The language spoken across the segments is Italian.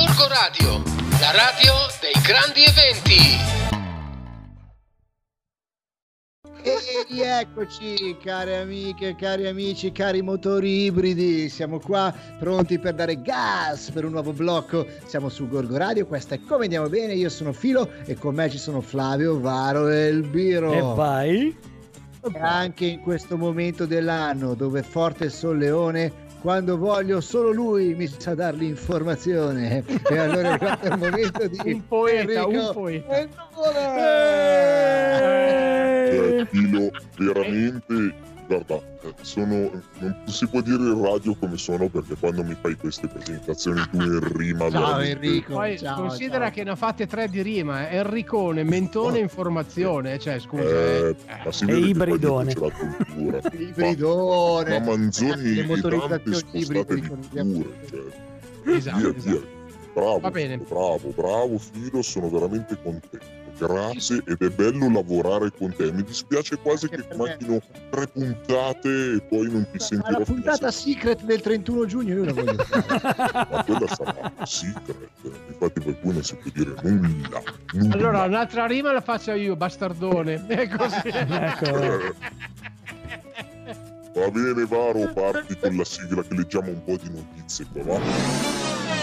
Gorgo Radio, la radio dei grandi eventi. E rieccoci, care amiche, cari amici, cari motori ibridi, siamo qua pronti per dare gas per un nuovo blocco. Siamo su Gorgo Radio, questa è Come Andiamo Bene, io sono Filo e con me ci sono Flavio, Varo e Elbiro. E vai! E anche in questo momento dell'anno dove è forte il Solleone, quando voglio solo lui mi sa dar l'informazione. E allora è arrivato il momento di un poeta. Filo, veramente, guarda, non si può dire in radio come sono, perché quando mi fai queste presentazioni tu in rima... Ciao Enrico. Poi considera che ne ha fatte 3 di rima, Enricone, Mentone, Informazione, cioè scusa. E ibridone. Ibridone. Ma Manzoni le e motorizzazioni Dante, ibride pure, cioè. Esatto. Bravo, Va bene. bravo Filo, sono veramente contento. Grazie, ed è bello lavorare con te. Mi dispiace quasi che mancino 3 puntate e poi non ti sentirò. La puntata secret del 31 giugno io la voglio fare. Ma quella sarà secret, infatti per cui non si può dire nulla. Allora un'altra rima la faccio io, bastardone. È così. Ecco. Va bene Varo, parti con la sigla che leggiamo un po' di notizie qua, va?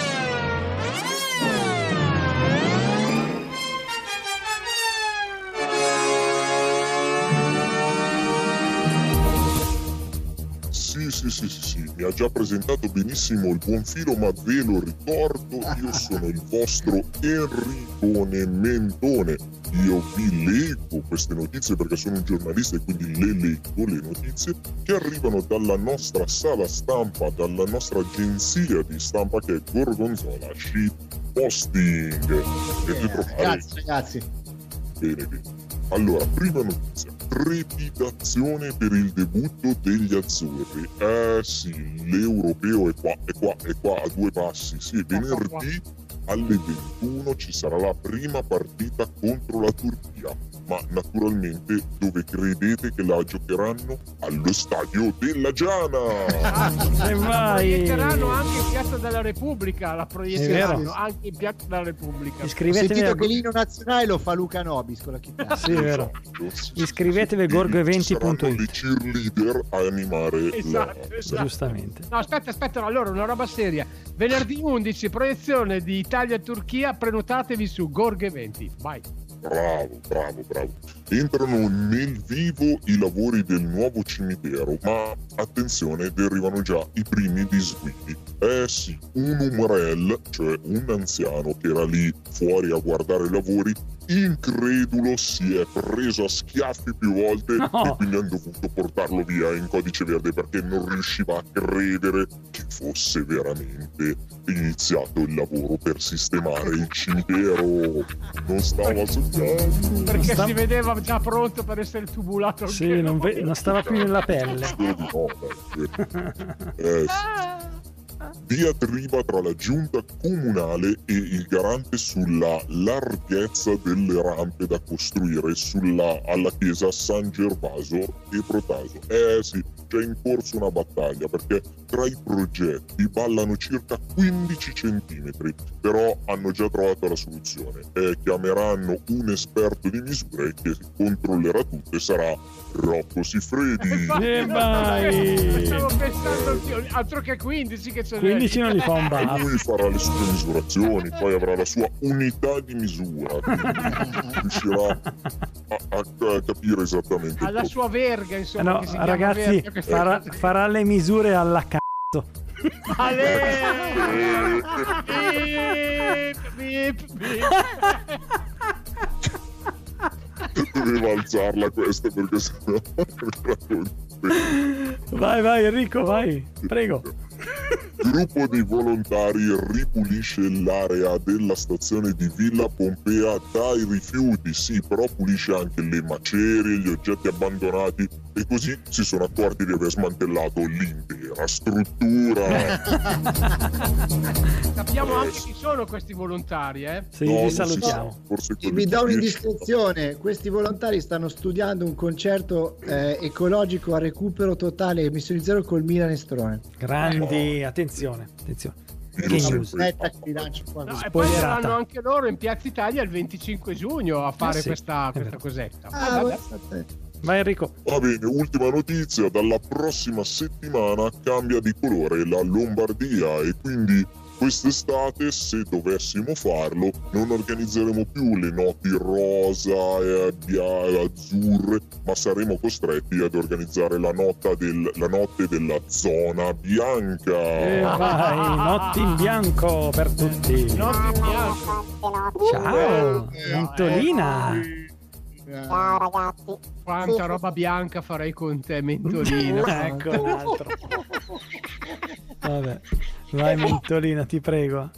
Sì, mi ha già presentato benissimo il buon Filo, ma ve lo ricordo, io sono il vostro Enricone Mentone. Io vi leggo queste notizie perché sono un giornalista e quindi le leggo le notizie che arrivano dalla nostra sala stampa, dalla nostra agenzia di stampa che è Gorgonzola Shit Posting. Ragazzi. Bene. Allora, prima notizia. Trepidazione per il debutto degli azzurri. Sì, l'europeo è qua a 2 passi. Sì, venerdì alle 21 ci sarà la prima partita contro la Turchia. Ma naturalmente dove credete che la giocheranno? Allo stadio della Giana! E vai! Proietteranno anche in Piazza della Repubblica, la proietteranno anche in Piazza della Repubblica. Ho sentito che l'inno nazionale lo fa Luca Nobis con la chitarra. Sì, è vero. Esatto, Iscrivetevi a gorgoeventi.it. Saranno le cheerleader a animare Esatto. Giustamente. No, aspetta, allora una roba seria. Venerdì 11 proiezione di Italia-Turchia, prenotatevi su Gorgo Eventi. Vai. Bravo. Entrano nel vivo i lavori del nuovo cimitero, ma attenzione, derivano già i primi disguidi. Sì, un umarell, cioè un anziano che era lì fuori a guardare i lavori, incredulo si è preso a schiaffi più volte e quindi hanno dovuto portarlo via in codice verde perché non riusciva a credere che fosse veramente iniziato il lavoro per sistemare il cimitero. Non stava sognando. Perché si vedeva già pronto per essere tubulato. Sì, non stava più nella pelle. Diatriba tra la giunta comunale e il garante sulla larghezza delle rampe da costruire alla chiesa San Gervaso e Protaso. Sì, c'è in corso una battaglia perché tra i progetti ballano circa 15 centimetri, però hanno già trovato la soluzione. Chiameranno un esperto di misure che controllerà tutto e sarà Rocco Siffredi. E vai! Stavo pensando altro che 15 che sono 15 non li fa un bar. Lui farà le sue misurazioni, poi avrà la sua unità di misura, riuscirà a capire esattamente. alla sua verga, insomma. No, che si chiama ragazzi, verga, farà le misure alla cazzo. Doveva alzarla questa perché sennò Vai Enrico, vai, prego. Gruppo di volontari ripulisce l'area della stazione di Villa Pompea dai rifiuti. Sì, però pulisce anche le macerie, gli oggetti abbandonati, e così si sono accorti di aver smantellato l'intera struttura. Sappiamo anche chi sono questi volontari, Sì, vi salutiamo. Vi do un'indiscrezione: questi volontari stanno studiando un concerto ecologico a recupero totale emissioni zero col Milanestrone. Grandi, attenzione. Io l'ho sempre Aspetta fatto. che ti lancio qua No, così. e poi Spoilerata. saranno anche loro in Piazza Italia il 25 giugno a fare sì, questa è vero. cosetta. Ah, Vabbè. vabbè. Vai Enrico. Va bene, ultima notizia, dalla prossima settimana cambia di colore la Lombardia e quindi quest'estate, se dovessimo farlo, non organizzeremo più le notti rosa e azzurre, ma saremo costretti ad organizzare la notte della zona bianca. Vai, notti in bianco per tutti. Notte in bianco. Ciao, Mentolina. Ciao ragazzi. Quanta roba bianca farei con te, Mentolina. Ecco un altro. Vabbè, vai Mentolina, ti prego.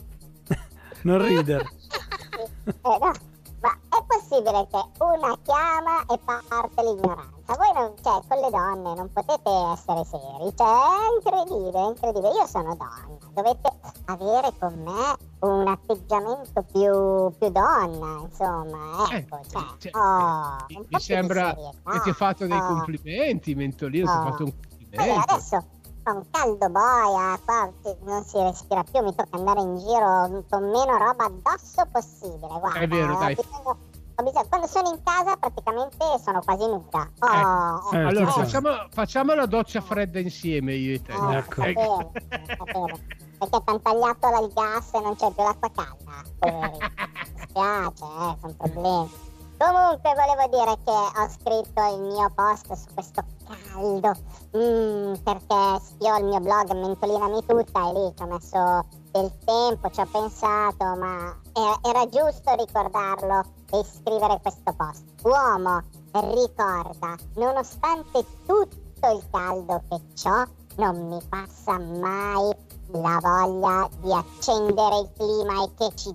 Non ridere. No, ma è possibile che una chiama e parte l'ignoranza? Voi non, cioè, con le donne non potete essere seri, cioè è incredibile, incredibile. Io sono donna, dovete avere con me un atteggiamento più donna, insomma, ecco, Cioè, un po' mi più sembra di serietà. che ti ha fatto dei complimenti, Mentolina, ti ha fatto un complimento. Adesso con caldo boia, qua non si respira più, mi tocca andare in giro con meno roba addosso possibile. Guarda, È vero, dai. quando sono in casa praticamente sono quasi nuda. Allora attenzione. facciamo la doccia fredda insieme io e te. Ecco. Sapevo. Perché ti hanno tagliato il gas e non c'è più l'acqua calda. Poverino. Mi spiace, sono problemi. Comunque volevo dire che ho scritto il mio post su questo caldo perché io ho il mio blog Mentolinami tutta e lì ci ho messo del tempo, ci ho pensato, ma era giusto ricordarlo e scrivere questo post. Uomo, ricorda, nonostante tutto il caldo che c'ho, non mi passa mai la voglia di accendere il clima e che ci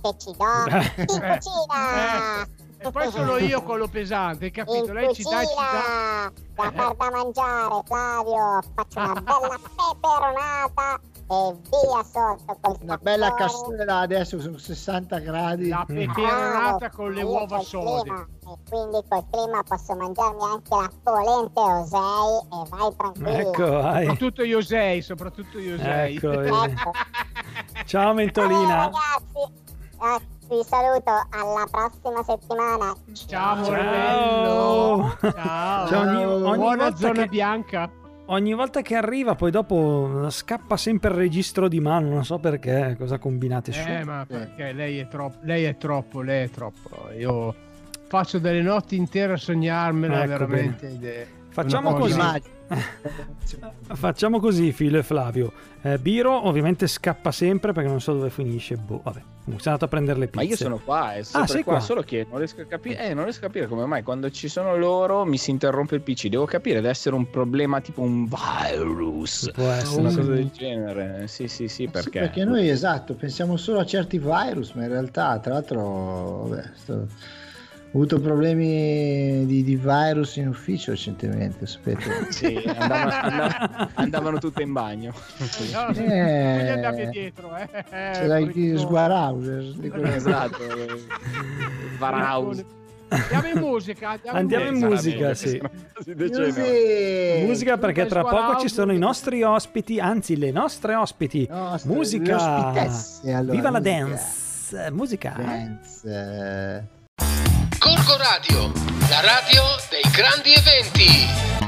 do in cucina. E poi sono io quello pesante, hai capito? In Lei ci dà e ci dà. cucina, da far da mangiare, Flavio, faccio una bella peperonata e via sotto col Una bella cappone. castola adesso sono 60 gradi. La peperonata Bravo, con le io uova col sode. clima, e quindi col clima posso mangiarmi anche la polente Osei e vai tranquillo. Ecco, vai. Soprattutto soprattutto Iosei. Ecco, Ecco. ciao Mentolina. Ragazzi, vi saluto, alla prossima settimana. Ciao amore Ciao. bello. Ciao. Cioè, ogni Buona volta zona che- bianca. Ogni volta che arriva poi dopo scappa sempre il registro di mano, non so perché, cosa combinate su. Ma perché lei è troppo. Io faccio delle notti intere a sognarmela, Ecco, veramente. Facciamo una così. cosa- Facciamo così, Filo e Flavio. Biro ovviamente scappa sempre perché non so dove finisce. Boh, vabbè. Comunque sono andato a prendere le pizze. Ma io sono qua, è sempre sei qua, qua. solo che non riesco a capire, non riesco a capire come mai quando ci sono loro mi si interrompe il PC. Devo capire, deve essere un problema tipo un virus, Può essere. una cosa del genere. Sì, perché noi esatto, pensiamo solo a certi virus, ma in realtà, tra l'altro, vabbè, ho avuto problemi di virus in ufficio recentemente, sapete? sì, andavano tutte in bagno. No, tu gli andavi dietro, C'era il Sguarauser di quello. Esatto. Varaus. Andiamo in musica. Andiamo in musica, sì. Musica perché tra poco ci sono i nostri ospiti, anzi le nostre ospiti. Musica. le ospitesse, allora, Viva la musica. dance. Musica. Dance. Gorgo Radio, la radio dei grandi eventi.